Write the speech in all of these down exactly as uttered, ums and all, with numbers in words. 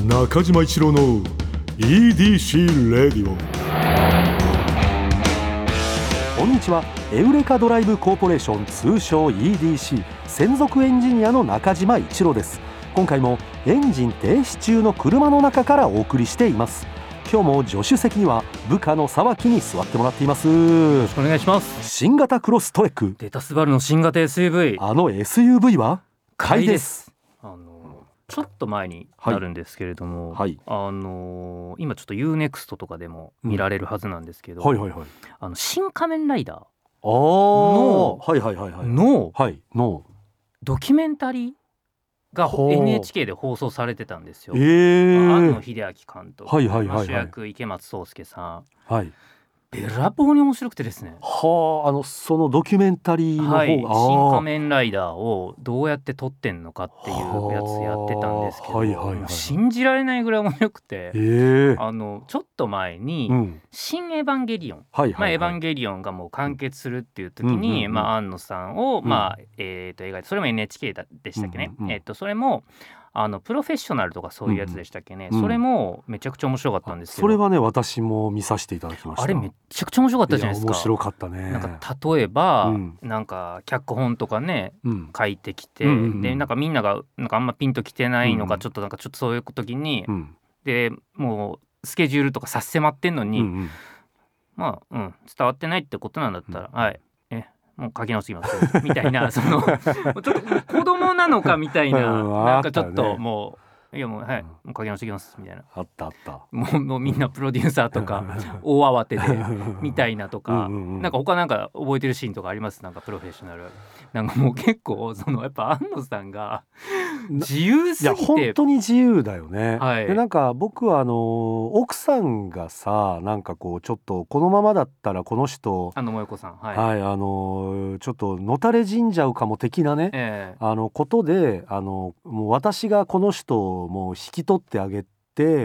中島一郎の イーディーシー レディオ。 こんにちは。エウレカドライブコーポレーション、通称 イーディーシー 専属エンジニアの中島一郎です。今回もエンジン停止中の車の中からお送りしています。今日も助手席には部下の沢木に座ってもらっています。 よろしくお願いします。 新型クロストレック、 データスバルの新型 エスユーブイ、 あの エスユーブイ は買いです。 あのちょっと前になるんですけれども、 はいはい、 あの今ちょっと ユーネクスト とかでも見られるはずなんですけど、 うん、はいはいはい、 あの新仮面ライダーのはいはいはいはいのはいのドキュメンタリーが エヌエイチケー で放送されてたんですよ。 えー、 庵野秀明監督、 はいはいはいはい、 主役池松壮亮さん、 はい、 べらぼうに面白くてですね。 はあ、あのそのドキュメンタリーの方が、 はい、新仮面ライダーをどうやって撮ってんのかっていうやつやってたんですけど、 はいはいはい、 信じられないぐらい面白くて、 えー、 あのちょっと前に、 うん、 新エヴァンゲリオン、 はいはいはい、 まあ、エヴァンゲリオンがもう完結するっていう時に、うんうんうん、まあ、庵野さんを、うん、まあえー、と映画でそれも エヌエイチケー だでしたっけね、うんうんうん、えー、とそれもあのプロフェッショナルとかそういうやつでしたっけね、うんうん、それもめちゃくちゃ面白かったんですけど、 それはね私も見させていただきました。 あれめちゃくちゃ面白かったじゃないですか。 面白かったね。 なんか例えば、うん、なんか脚本とかね、うん、書いてきて、うんうんうん、でなんかみんながなんかあんまピンときてないのか、うん、ちょっとなんかちょっとそういう時に、うん、でもうスケジュールとか差し迫ってんのに、うんうん、まあ、うん、伝わってないってことなんだったら、うん、はいえもう書き直しますみたいなそのちょっと子供なのかみたいな、うん、なんかちょっともういやもうはい、もう書き直してきますみたいな、 あったあった、 もう、もうみんなプロデューサーとか大慌てでみたいなとか、うんうんうん、なんか他なんか覚えてるシーンとかあります？なんかプロフェッショナルなんかもう結構そのやっぱ庵野さんが自由すぎて、 いや本当に自由だよね、 はい、 でなんか僕はあの奥さんがさなんかこうちょっとこのままだったらこの人あの萌子さん、はい、 はい、あのちょっとのたれ死んじゃうかも的なね、えー、あのことであのもう私がこの人をもう引き取ってあげて、うん、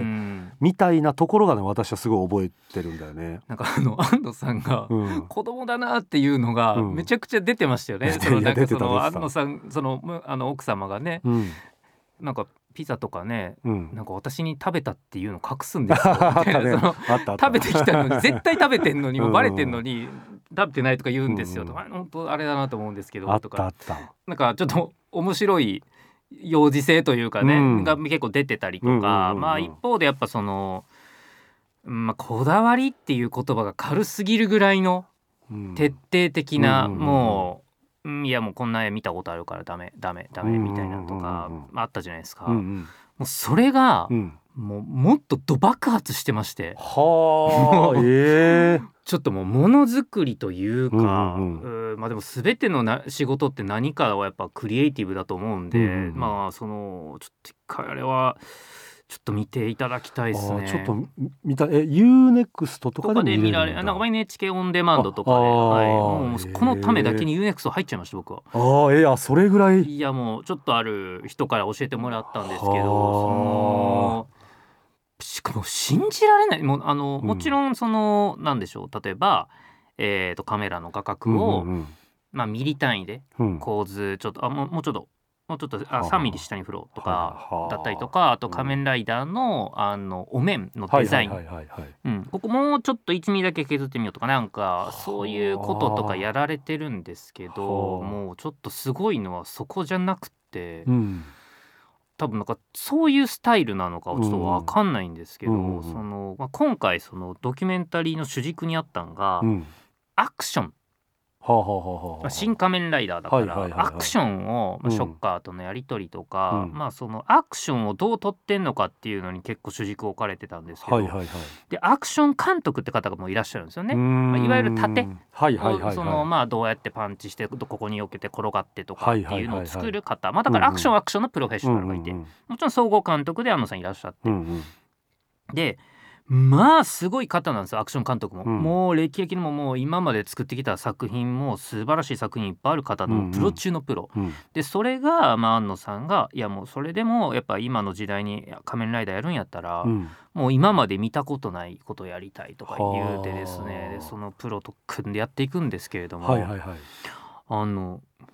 みたいなところがね私はすごい覚えてるんだよね。 なんかあの庵野さんが、うん、子供だなっていうのがめちゃくちゃ出てましたよね、うん、そのなんかその庵野さんそのあの奥様がね、うん、なんかピザとかね、うん、なんか私に食べたっていうの隠すんですよみたいな、ね、その食べてきたのに絶対食べてんのにもうバレてんのに食べてないとか言うんですよ、うんうん、本当あれだなと思うんですけど、 あったとかあった、なんかちょっと面白い幼児性というかね、うん、が結構出てたりとか、うんうんうんうん、まあ一方でやっぱその、まあ、こだわりっていう言葉が軽すぎるぐらいの徹底的な、うん、もういやもうこんな絵見たことあるからダメダメダメみたいなのとかあったじゃないですか、うんうん、もうそれが、うん、もうもっとド爆発してまして、 はあ、えー、 ちょっともうものづくりというか、うんうんうん、まあでも全てのな仕事って何かはやっぱクリエイティブだと思うんで、うんうんうん、まあそのちょっと一回あれはちょっと見ていただきたいですね。 ちょっと見たえ ユーネクスト とかで見れるんだ。とかで見られなんか エヌエイチケー オンデマンドとかで、はい、もうこのためだけに ユーネクスト 入っちゃいました僕は。 あえー、それぐらい。 いやもうちょっとある人から教えてもらったんですけど、そのしかも信じられない、もうあの、うん、もちろんそのなんでしょう、例えば、えー、とカメラの画角を、うんうんうん、まあ、ミリ単位で構図ちょっと、うん、あもう、もうちょっともうちょっとあさんミリ下に振ろうとかだったりとか、あと仮面ライダー の, あのお面のデザイン、ここもうちょっといちミリだけ削ってみようとか、なんかそういうこととかやられてるんですけど、もうちょっとすごいのはそこじゃなくて、うん、多分なんかそういうスタイルなのかちょっと分かんないんですけど、うんうん、そのまあ、今回そのドキュメンタリーの主軸にあったのが、うん、アクション、はあはあはあ、新仮面ライダーだから、はいはいはいはい、アクションを、まあ、ショッカーとのやり取りとか、うん、まあ、そのアクションをどう撮ってんのかっていうのに結構主軸を置かれてたんですけど、はいはいはい、でアクション監督って方がもういらっしゃるんですよね。まあ、いわゆる盾を、はいはいはいはい、そのまあ、どうやってパンチしてここに避けて転がってとかっていうのを作る方、まあ、だからアクションアクションのプロフェッショナルがいて、うんうん、もちろん総合監督で庵野さんいらっしゃって、うんうん、でまあすごい方なんですよ、アクション監督も、うん、もう歴々ももう今まで作ってきた作品も素晴らしい作品いっぱいある方のプロ中のプロ、うんうん、でそれが、まあ、庵野さんがいやもうそれでもやっぱ今の時代に仮面ライダーやるんやったら、うん、もう今まで見たことないことをやりたいとか言うてですね、でそのプロと組んでやっていくんですけれども、はいはいはい、あの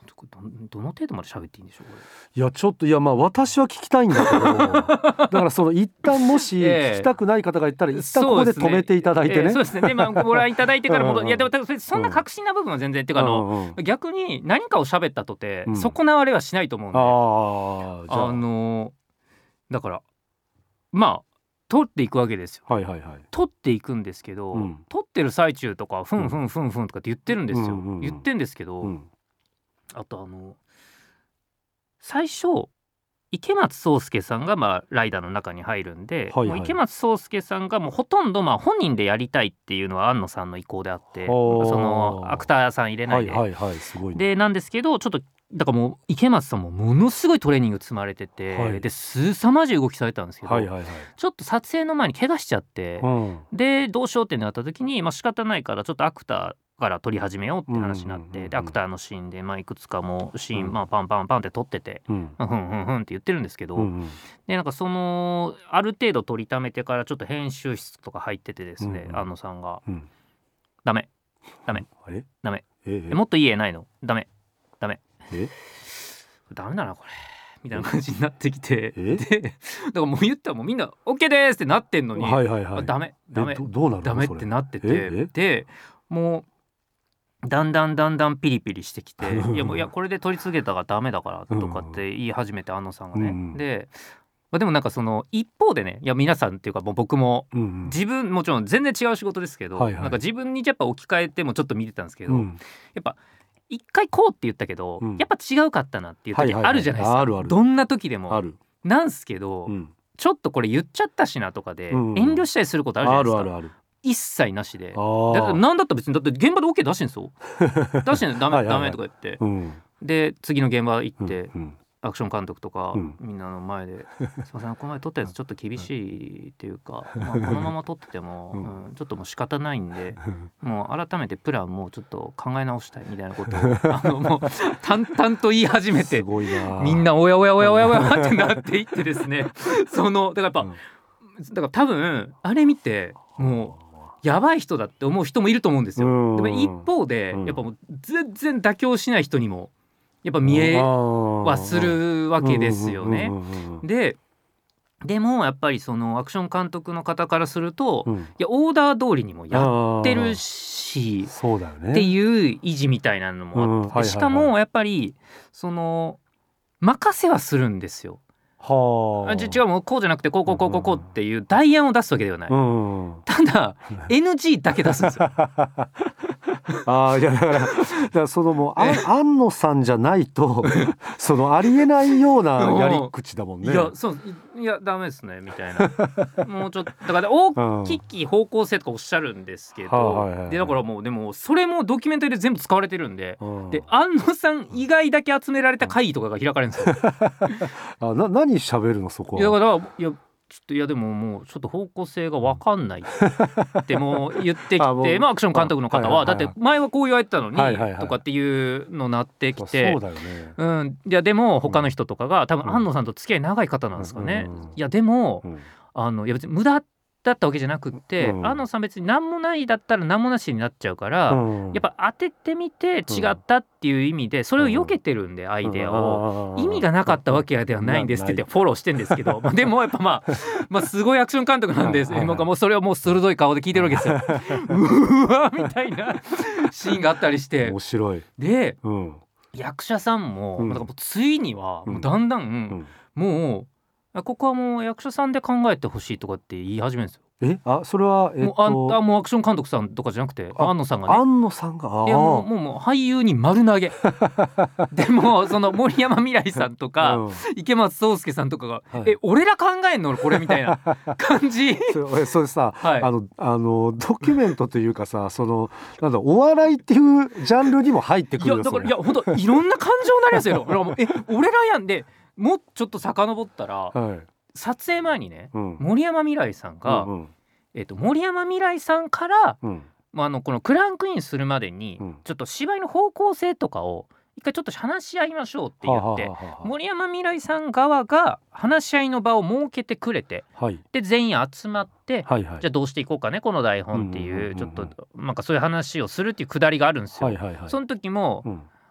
ど, どの程度まで喋っていいんでしょうこいやちょっといやまあ私は聞きたいんだけどだからその一旦もし聞きたくない方がいたら、ええ、一旦ここで止めていただいてね。 そうですね、ええ、そうですね。で、まあ、ご覧いただいてから戻いやでもそんな確信な部分は全然っていうかあの、うんうん、逆に何かを喋ったとて、うん、損なわれはしないと思うんで、あじゃあ、あのだからまあ取っていくわけですよ、はいはいはい、取っていくんですけど、うん、取ってる最中とかふんふんふんふんとかって言ってるんですよ、うんうんうん、言ってんですけど、うん、あとあの最初池松壮亮さんがまあライダーの中に入るんで、はいはい、もう池松壮亮さんがもうほとんどまあ本人でやりたいっていうのは庵野さんの意向であって、そのアクターさん入れないで、はいはいはい、すごいね、でなんですけどちょっとだからもう池松さんもものすごいトレーニング積まれてて、はい、で凄まじい動きされたんですけど、はいはいはい、ちょっと撮影の前に怪我しちゃって、うん、でどうしようってなった時に、まあ、仕方ないからちょっとアクターから撮り始めようって話になって、うんうんうんうん、でアクターのシーンで、まあ、いくつかもシーン、うんまあ、パンパンパンって撮ってて、うんまあ、ふんふんふんって言ってるんですけど、うんうん、でなんかそのある程度撮りためてからちょっと編集室とか入っててですね、うんうん、庵野さんが、うん、ダメダメあれダメ、ええ、もっといい絵ないのダメダメえダメだなこれみたいな感じになってきて、でだからもう言ったらもうみんな OK ですってなってんのに、はいはいはい、ダメダメど, どうなるのダメってなってて、でもうだんだんだんだんピリピリしてきていやもういやこれで撮り続けたからダメだからとかって言い始めて庵野さんがね、うん、でまあ、でもなんかその一方でねいや皆さんっていうかもう僕も自分もちろん全然違う仕事ですけど、うんうん、なんか自分にやっぱ置き換えてもちょっと見てたんですけど、うん、やっぱ一回こうって言ったけど、うん、やっぱ違うかったなっていう時あるじゃないですか、はいはいはい、どんな時でもあるなんすけど、うん、ちょっとこれ言っちゃったしなとかで遠慮したりすることあるじゃないですか、うんうん、あるあるある一切なしで、だって何だったら別にだって現場で OK 出してんすよ出してんのダメはいはい、はい、ダメとか言って、うん、で次の現場行って、うんうんアクション監督とか、うん、みんなの前ですいませんこの前撮ったやつちょっと厳しいっていうか、まあ、このまま撮ってても、うんうん、ちょっともう仕方ないんでもう改めてプランもうちょっと考え直したいみたいなことをあのもう淡々と言い始めてみんなおやおやおやおやおやってなっていってですねそのだからやっぱ、うん、だから多分あれ見てもうやばい人だって思う人もいると思うんですよ。でも一方でやっぱもう全然妥協しない人にもやっぱ見えはするわけですよね。ででもやっぱりそのアクション監督の方からすると、うん、いやオーダー通りにもやってるしそうだよねっていう意地みたいなのもあって、しかもやっぱりその任せはするんですよ。はあ、違うもうこうじゃなくてこうこうこうこうこうっていう代案を出すわけではない、うんうん、ただ エヌジー だけ出すんですよあいやだから、だからそのもう庵野さんじゃないとそのありえないようなやり口だもんね。 いやそういやダメですねみたいなもうちょっとだから大きい方向性とかおっしゃるんですけど、うん、でだからもうでもそれもドキュメンタリーで全部使われてるんで、うん、で庵野さん以外だけ集められた会議とかが開かれるんですよあな何喋るのそこは。 いやだからいやちょっといやでももうちょっと方向性が分かんないってもう言ってきてあまあアクション監督の方はだって前はこう言われてたのにとかっていうのなってきて、そうだよね、うん、いやでも他の人とかが多分庵野さんと付き合い長い方なんですかね、いやでもあのいや別に無駄だったわけじゃなくって、うん、庵野さん別に何もないだったら何もなしになっちゃうから、うん、やっぱ当ててみて違ったっていう意味でそれを避けてるんで、うん、アイデアを、意味がなかったわけではないんですって言ってフォローしてるんですけどでもやっぱまあ、まあ、すごいアクション監督なんですなんかもうそれをもう鋭い顔で聞いてるわけですようわみたいなシーンがあったりして面白いで、うん、役者さんも、うん、なんかもうついにはもうだんだん、うん、もうここはもう役者さんで考えてほしいとかって言い始めるんですよ。 えあそれは、えっと、 もうあもうアクション監督さんとかじゃなくて庵野さんがね庵野さんがいやもうもうもう俳優に丸投げでもその森山未來さんとか、うん、池松壮亮さんとかが、はい、え俺ら考えんのこれみたいな感じそ, それさ、はい、あのあのドキュメントというかさそのなんだお笑いっていうジャンルにも入ってくるよ。 いやだからいや本当いろんな感情になりますよえ俺らやんでもうちょっと遡ったら、はい撮影前にね、うん、森山未來さんが、うんうんえー、と森山未來さんから、うんまあ、あのこのクランクインするまでに、うん、ちょっと芝居の方向性とかを一回ちょっと話し合いましょうって言って、はあはあはあ、森山未來さん側が話し合いの場を設けてくれて、はい、で全員集まって、はいはい、じゃあどうしていこうかねこの台本っていう、うんうんうんうん、ちょっとなんかそういう話をするっていうくだりがあるんですよ、はいはいはい、その時も、うん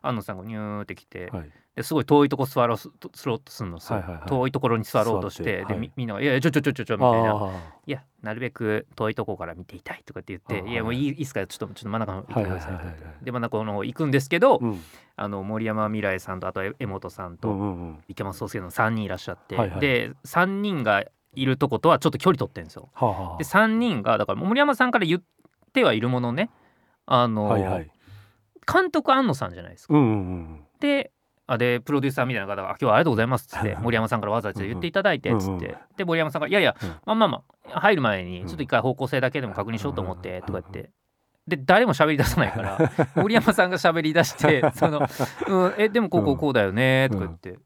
安野さんがニューって来て、 はいですごい遠いとこ座ろうす座ろうとするのさ、 はいはいはい遠いところに座ろうとして、 座ってはいでみみんなが「いやいやちょちょちょちょちょ」みたいなあ 「いやなるべく遠いとこから見ていたい」とかって言って「 あーいやもういいいいっすかちょっとちょっと真ん中の方行ってください」 はいはいはいはいで真ん中の方行くんですけど、 うんあの森山未來さんとあと江本さんうとんうんうん池松壮亮のさんにんいらっしゃって、 はいはいでさんにんがいるとことはちょっと距離取ってるんですよ。 はあはあでさんにんがだから森山さんから言ってはいるものね、あの、 はいはい監督安野さんじゃないですか。 うんうんうんであでプロデューサーみたいな方が「今日はありがとうございます」っつって森山さんからわざわざ言っていただいてっつって、 うんうんで森山さんが「いやいや、 うんまあまあまあ入る前にうんちょっと一回方向性だけでも確認しようと思って」とか言って。で誰も喋り出さないから森山さんが喋り出して「そのうん、えでもこうこうこうだよね」とか言って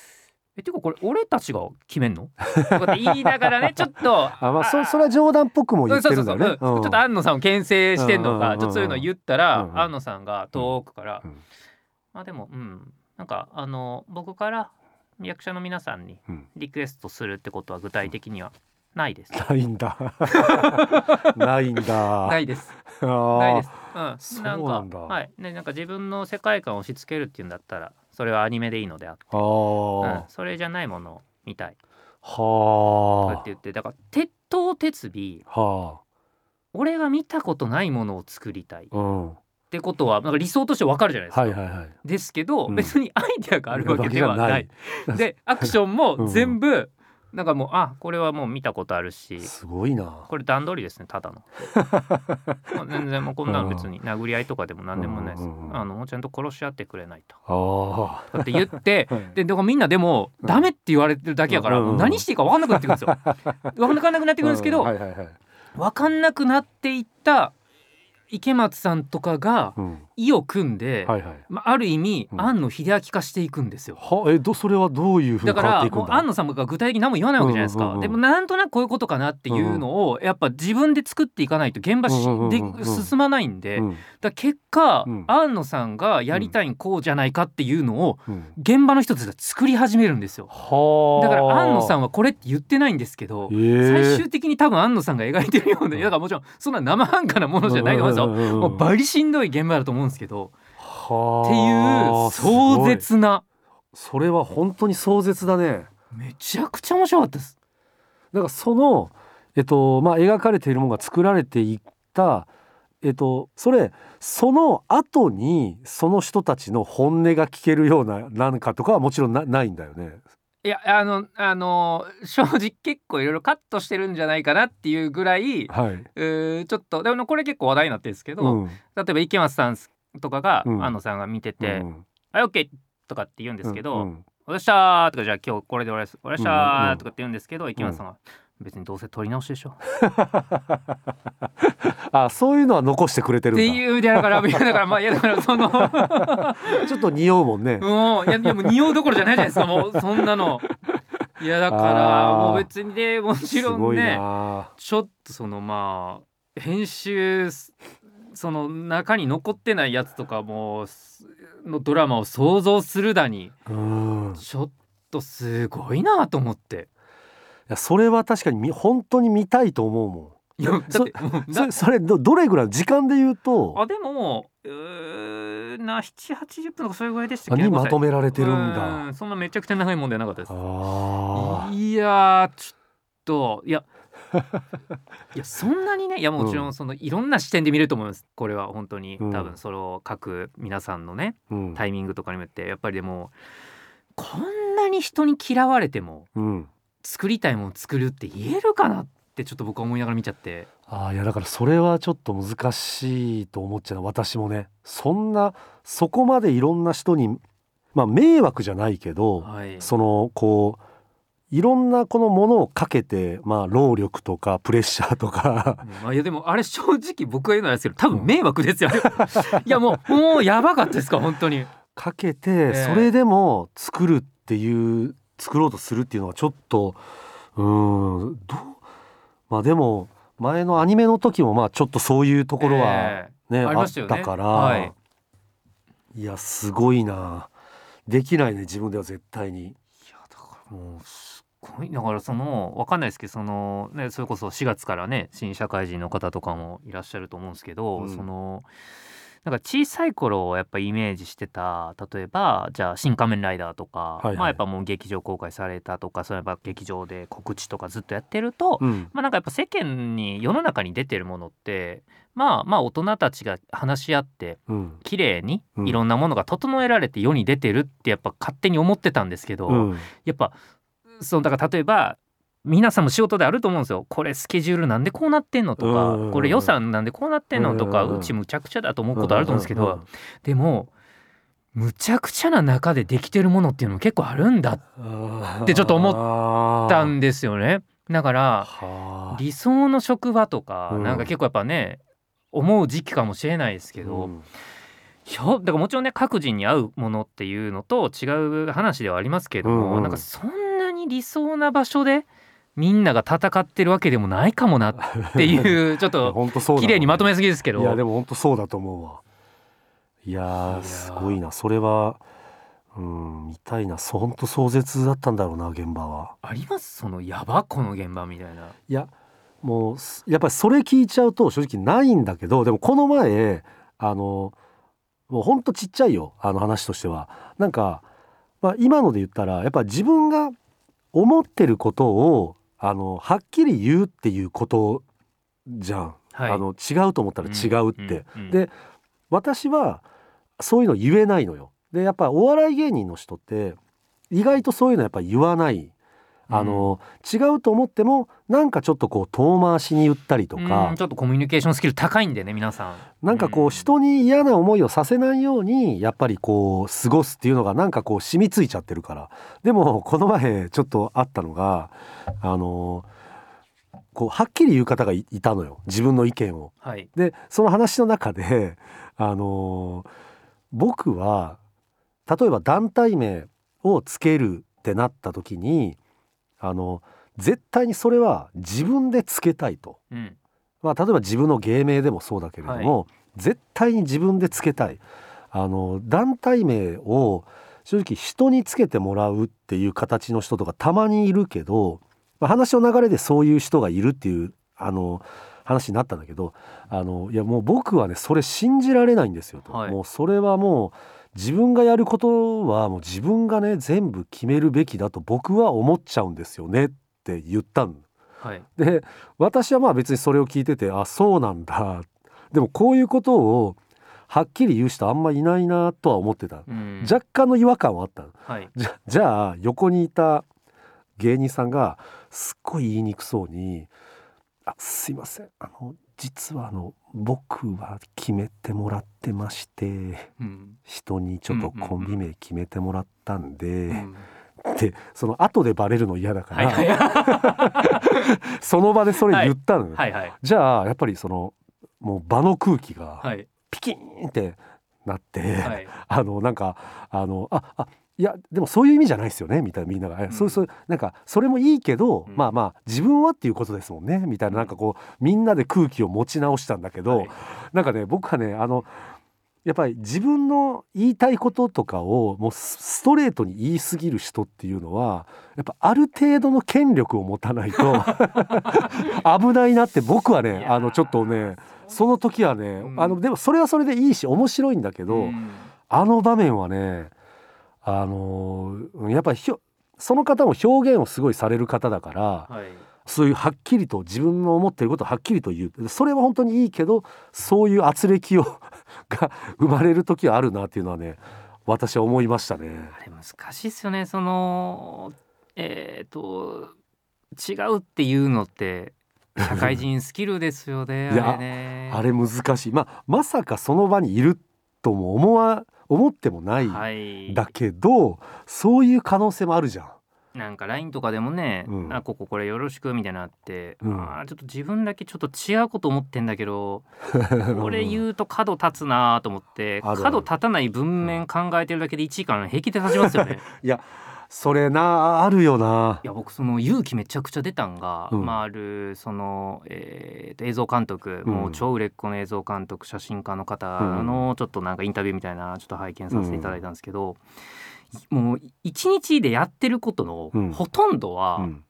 「えてかこれ俺たちが決めんの?」とかって言いながらねちょっとあまあそそれは冗談っぽくも言ってるんだよねそうそうそう、うんうんちょっと安野さんを牽制してんのか、 うんうんうんうんちょっとそういうのを言ったら、 うんうん安野さんが遠くから、 うんまあでもうんなんかあの僕から役者の皆さんにうんリクエストするってことは具体的にはないです。 ないんだないんだないです。 あーないです。うん、 そうなんかなんだはいねなんか自分の世界観を押し付けるっていうんだったらそれはアニメでいいのであって、 あうんー、 それじゃないものを見たいとかっはて言ってだから鉄頭鉄尾あは俺が見たことないものを作りたいっあうんてことはなんか理想としてわかるじゃないですか。 はいはいはいですけど、 うん別にアイデアがあるわけではない。でアクションも全部、なんかもうあこれはもう見たことあるしすごいなこれ段取りですねただのもう全然もうこんなの別に殴り合いとかでも何でもないです、 うんうんうんあのもうちゃんと殺し合ってくれないとあとかって言ってあ、はいででもみんなでもうんダメって言われてるだけやから、 うんうんうんもう何していいか分かんなくなってくるんですよ分かんなくなってくるんですけど、 うんはいはいはい分かんなくなっていった池松さんとかがうん意を組んで、 はいはいまあ、ある意味、 うん庵野秀明化していくんですよ。 はえどそれはどういうふうにだからもう変わっていくんだ庵野さんが具体的に何も言わないわけじゃないですか、 うんうんうんでもなんとなくこういうことかなっていうのをやっぱ自分で作っていかないと現場しうんうんでうんうん進まないんで、 うんだから結果、 うん庵野さんがやりたいんこうじゃないかっていうのをうん現場の人たちが作り始めるんですよ。 はあだから庵野さんはこれって言ってないんですけど、 えー最終的に多分庵野さんが描いてるような、いやだからもちろんそんな生半可なものじゃないと思うんですよ、もうバリしんどい現場だと思うんですけど、 はっていう壮絶な、 それは本当に壮絶だね。 めちゃくちゃ面白かったです。 だからそのえっとまあ描かれているものが作られていったえっとそれその後にその人たちの本音が聞けるようななんかとかはもちろん な, ないんだよね。 いやあのあの正直結構いろいろカットしてるんじゃないかなっていうぐらい、 はい。 うーちょっとでもこれ結構話題になってるんですけど、 うん例えば池松さんとかが、 うん安野さんが見ててうん 「はい OK」とかって言うんですけど「 うんうんおっしゃー」とか「じゃあ今日これで終わりですおっしゃー」 うんうんとかって言うんですけど、池松さんが「別にどうせ撮り直しでしょ」 あそういうのは残してくれてるんだ。 っていうだからいやだからまあいやだからそのちょっと匂うもんね。 もういやいやもう匂うどころじゃないじゃないですかもうそんなの。いやだからあーもう別にねもちすごいろんねな。 ちょっとそのまあ編集その中に残ってないやつとかものドラマを想像するだにうん。いちょっとすごいなと思ってやそれは確かにみ本当に見たいと思うもん。 いやだってもうなそれそれ ど, どれぐらい時間で言うとあでもうーなななじゅうはちじゅっぷんとかそれぐらいでしたっけにまとめられてるんうだ。 んそんなめちゃくちゃ長いもんではなかったです。 あいやーちょっといやいやそんなにねいやもちろんそのいろんな視点で見れると思いますこれは本当に、 うん多分それを書く皆さんのねあ、うんタイミングとかにもよってやっぱりでもこんなに人に嫌われてもうん、 作りたいもの作るって言えるかなってちょっと僕は思いながら見ちゃって。 あいやだからそれはちょっと難しいと思っちゃう私もね。そんなそこまでいろんな人にまあ迷惑じゃないけど、 はいそのこういろんなこのものをかけてまあ労力とかプレッシャーとかまあ、いやでもあれ正直僕が言うのはですけど多分迷惑ですよ、いやもうもうやばかったですか本当に。 かけえてそれでも作るっていう作ろうとするっていうのはちょっとうーんどうまあでも前のアニメの時もまあちょっっとそういうところはえね、あっありましたよねたから、 はいいやすごいな。できないね自分では絶対に。 いやだからもうすごいだからそのわかんないですけどその、ね、それこそしがつからね新社会人の方とかもいらっしゃると思うんですけど、 うんそのなんか小さい頃をやっぱイメージしてた、例えばじゃあ新仮面ライダーとか、 はいはい、 まあやっぱもう劇場公開されたとか、そういえば劇場で告知とかずっとやってると、 うん、 まあなんかやっぱ世間に世の中に出てるものってまあまあ大人たちが話し合ってうん、 綺麗にうん、 いろんなものが整えられて世に出てるってやっぱ勝手に思ってたんですけど、 うん、 やっぱそうだから例えば皆さんも仕事であると思うんですよ。これスケジュールなんでこうなってんのとか、 うん、 これ予算なんでこうなってんのとか、 うん、 うちむちゃくちゃだと思うことあると思うんですけど、 うん、 でもむちゃくちゃな中でできてるものっていうのも結構あるんだってちょっと思ったんですよね。だから理想の職場とか、 うん、 なんか結構やっぱね思う時期かもしれないですけど、 うん、 ひょだからもちろんね各人に合うものっていうのと違う話ではありますけども、 うんうん、 なんかそんなに理想な場所でみんなが戦ってるわけでもないかもなっていうちょっと綺麗にまとめすぎですけど、 いやでも本当そうだと思うわ。いやすごいな、それは、うん、みたいな、本当壮絶だったんだろうな、現場は。 あります、そのやばこの現場みたいな。 いやもうやっぱりそれ聞いちゃうと正直ないんだけど、でもこの前あのもうほんとちっちゃいよ、あの話としては。なんか、まあ、今ので言ったらやっぱ自分が思ってることをあのはっきり言うっていうことじゃん、はい、あの違うと思ったら違うって、うんうんうん、で私はそういうの言えないのよ。でやっぱお笑い芸人の人って意外とそういうのやっぱ言わない、あの、うん、違うと思ってもなんかちょっとこう遠回しに言ったりとか、 ちょっとコミュニケーションスキル高いんでね皆さん。 なんかこう人に嫌な思いをさせないようにやっぱりこう過ごすっていうのがなんかこう染みついちゃってるから。でもこの前ちょっとあったのが、あのこうはっきり言う方が い, いたのよ、自分の意見を、はい、でその話の中で、あの僕は例えば団体名をつけるってなった時にあの絶対にそれは自分でつけたいと、うん、まあ、例えば自分の芸名でもそうだけれども、はい、絶対に自分でつけたい。あの団体名を正直人につけてもらうっていう形の人とかたまにいるけど、まあ、話の流れでそういう人がいるっていうあの話になったんだけど、あのいやもう僕はねそれ信じられないんですよと、はい、もうそれはもう自分がやることはもう自分がね全部決めるべきだと僕は思っちゃうんですよねって言ったの、はい、で私はまあ別にそれを聞いてて、あそうなんだ、でもこういうことをはっきり言う人あんまいないなとは思ってた、うん、若干の違和感はあったの、はい、じゃ、じゃあ横にいた芸人さんがすっごい言いにくそうに、あすいません、あの実はあの僕は決めてもらってまして、うん、人にちょっとコンビ名決めてもらったんで、うんうん、でその後でバレるの嫌だから、はいはい、その場でそれ言ったのよ、はいはいはい、じゃあやっぱりそのもう場の空気がピキーンってなって、はい、あのなんかあのああいやでもそういう意味じゃないですよねみたいな、みんなが、うん、そうそうなんかそれもいいけど、うん、まあまあ自分はっていうことですもんねみたいな、なんかこうみんなで空気を持ち直したんだけど、はい、なんかね僕はねあのやっぱり自分の言いたいこととかをもうストレートに言い過ぎる人っていうのはやっぱある程度の権力を持たないと危ないなって僕はねあのちょっとねその時はね、うん、あのでもそれはそれでいいし面白いんだけど、うん、あの場面はねあのやっぱりその方も表現をすごいされる方だから、はい、そういうはっきりと自分の思っていることをはっきりと言う、それは本当にいいけどそういう圧力をが生まれる時はあるなっていうのはね私は思いましたね。 あれ難しいですよね、そのえー、と違うっていうのって社会人スキルですよね。 いや あ, れねあれ難しい、まあ、まさかその場にいるとも思わ思ってもない、はい、だけどそういう可能性もあるじゃん。 なんか ライン とかでもね、うん、あこここれよろしくみたいなのあって、うん、あちょっと自分だけちょっと違うこと思ってんだけどこれ言うと角立つなと思って角立たない文面考えてるだけでいちじかん平気で立ちますよね。 いやそれなあるよな。 いや僕その勇気めちゃくちゃ出たんが、うん、まあ、あるその、えー、映像監督、うん、もう超売れっ子の映像監督写真家の方のちょっとなんかインタビューみたいなちょっと拝見させていただいたんですけど、うん、もう一日でやってることのほとんどは、うん、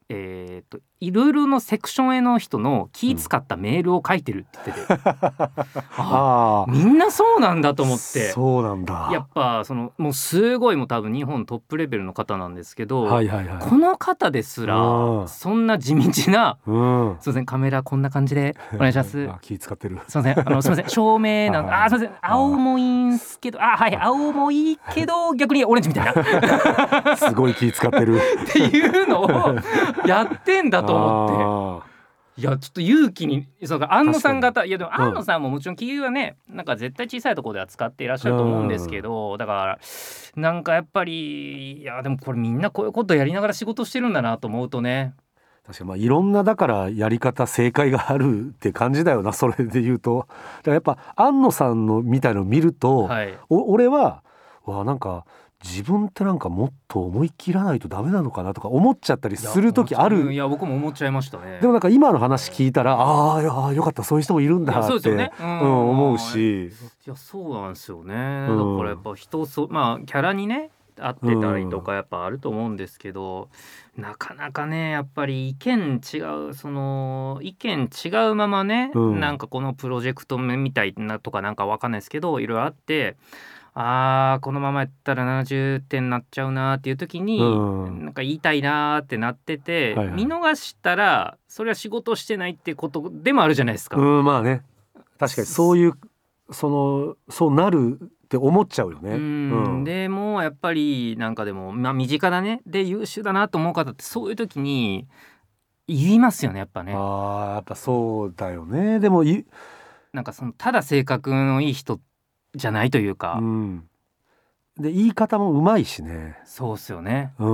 えー、といろいろのセクションへの人の気使ったメールを書いてるって言ってて、ああみんなそうなんだと思って。 そうなんだ。 やっぱそのもうすごいもう多分日本トップレベルの方なんですけど、 はいはいはい、 この方ですらうんそんな地道な、 うん、 すいませんカメラこんな感じでお願いしますあ気使ってる。 すいませんあのすいません照明なんあすいません青もいいんすけどあはい青もいいけど逆にオレンジみたいなすごい気使ってるっていうのをやってんだと思って、いやちょっと勇気にそうか安野さん方、いやでも安野さんももちろん気はねなんか絶対小さいところでは使っていらっしゃると思うんですけど、だからなんかやっぱりいやでもこれみんなこういうことやりながら仕事してるんだなと思うとね、 確かにまあいろんなだからやり方正解があるって感じだよな、それで言うと。だからやっぱ安野さんのみたいのを見ると、 はい、 お俺はわなんか自分ってなんかもっと思い切らないとダメなのかなとか思っちゃったりする時ある。 いや僕も思っちゃいましたね。 でもなんか今の話聞いたらああよかったそういう人もいるんだって、 ねうん、 思うし、 いやそうなんですよね、うん、だからやっぱ人そまあキャラにね合ってたりとかやっぱあると思うんですけど、うん、なかなかねやっぱり意見違うその意見違うままね、うん、なんかこのプロジェクトみたいなとかなんかわかんないですけどいろいろあって、あーこのままやったらななじゅってんになっちゃうなっていう時に、うん、なんか言いたいなってなってて、はいはい、見逃したらそれは仕事してないってことでもあるじゃないですか。 うんまあね確かにそういうそのそうなるって思っちゃうよね。 うん、うん、でもやっぱりなんかでも、まあ、身近だねで優秀だなと思う方ってそういう時に言いますよねやっぱね。 あやっぱそうだよね。でもなんかそのただ性格のいい人じゃないというか、うん、 で言い方もうまいしね。 そうっすよね。 うん、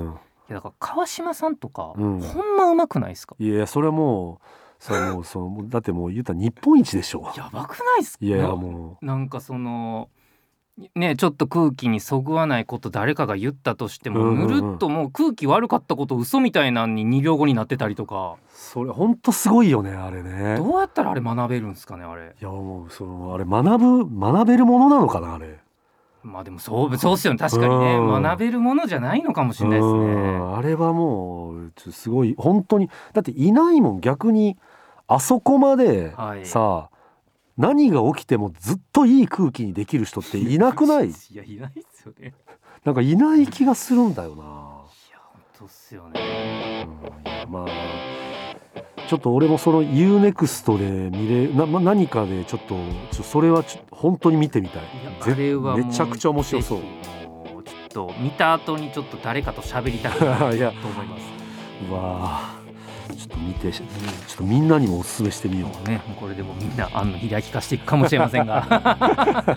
いやだから川島さんとか、うん、ほんまうまくないですか。 いやそれはもうそのそのだってもう言ったら日本一でしょ。 やばくないですか。 いやもうなんかそのねちょっと空気にそぐわないこと誰かが言ったとしても、うんうんうん、ぬるっともう空気悪かったこと嘘みたいなのににびょうごになってたりとか、 それほんとすごいよねあれね。 どうやったらあれ学べるんですかねあれ。 いやもうそのあれ学ぶ学べるものなのかなあれ。 まあでもそうそうっすよね確かにね、うん、学べるものじゃないのかもしれないですね。 あれはもうすごい本当にだっていないもん逆にあそこまでさ、はい、何が起きてもずっといい空気にできる人っていなくない？いやいないっすよね。 なんかいない気がするんだよな。いや本当っすよね、 うん、いやまあちょっと俺もその ユーネクスト で見れな、ま、何かでちょっとちょそれはちょっと本当に見てみたい。いあれはめちゃくちゃ面白そう。 ちょっと見た後にちょっと誰かと喋りたいなと思いますうわちょっと見てちょっとみんなにもお勧めしてみよう、 ね、もうこれでもみんなあの開き化していくかもしれませんがはい、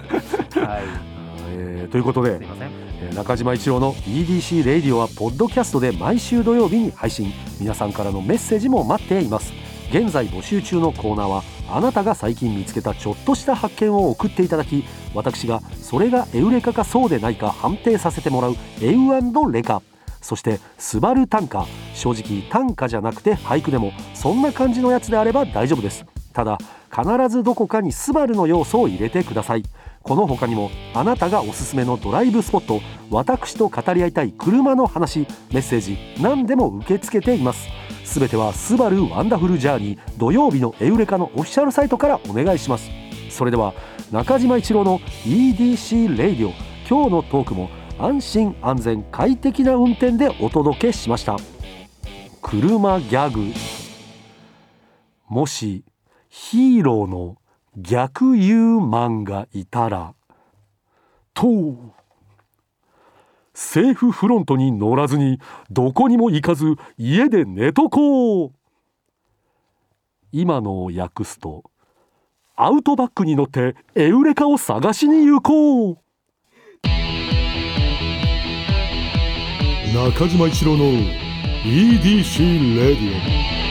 えー、ということで、えー、中島一郎の イーディーシー レイディオはポッドキャストで毎週土曜日に配信。皆さんからのメッセージも待っています。現在募集中のコーナーはあなたが最近見つけたちょっとした発見を送っていただき、私がそれがエウレカかそうでないか判定させてもらうエウ&レカ。そしてスバル短歌、正直短歌じゃなくて俳句でもそんな感じのやつであれば大丈夫です。ただ必ずどこかにスバルの要素を入れてください。この他にもあなたがおすすめのドライブスポット、私と語り合いたい車の話、メッセージ何でも受け付けています。すべてはスバルワンダフルジャーニー土曜日のエウレカのオフィシャルサイトからお願いします。それでは中島一郎の イーディーシー レイディオ、今日のトークも安心安全快適な運転でお届けしました。車ギャグ。もしヒーローの逆ユーマンがいたらとセーフフロントに乗らずにどこにも行かず家で寝とこう。今のを訳すとアウトバックに乗ってエウレカを探しに行こう。 中島一郎の イーディーシー レディオ。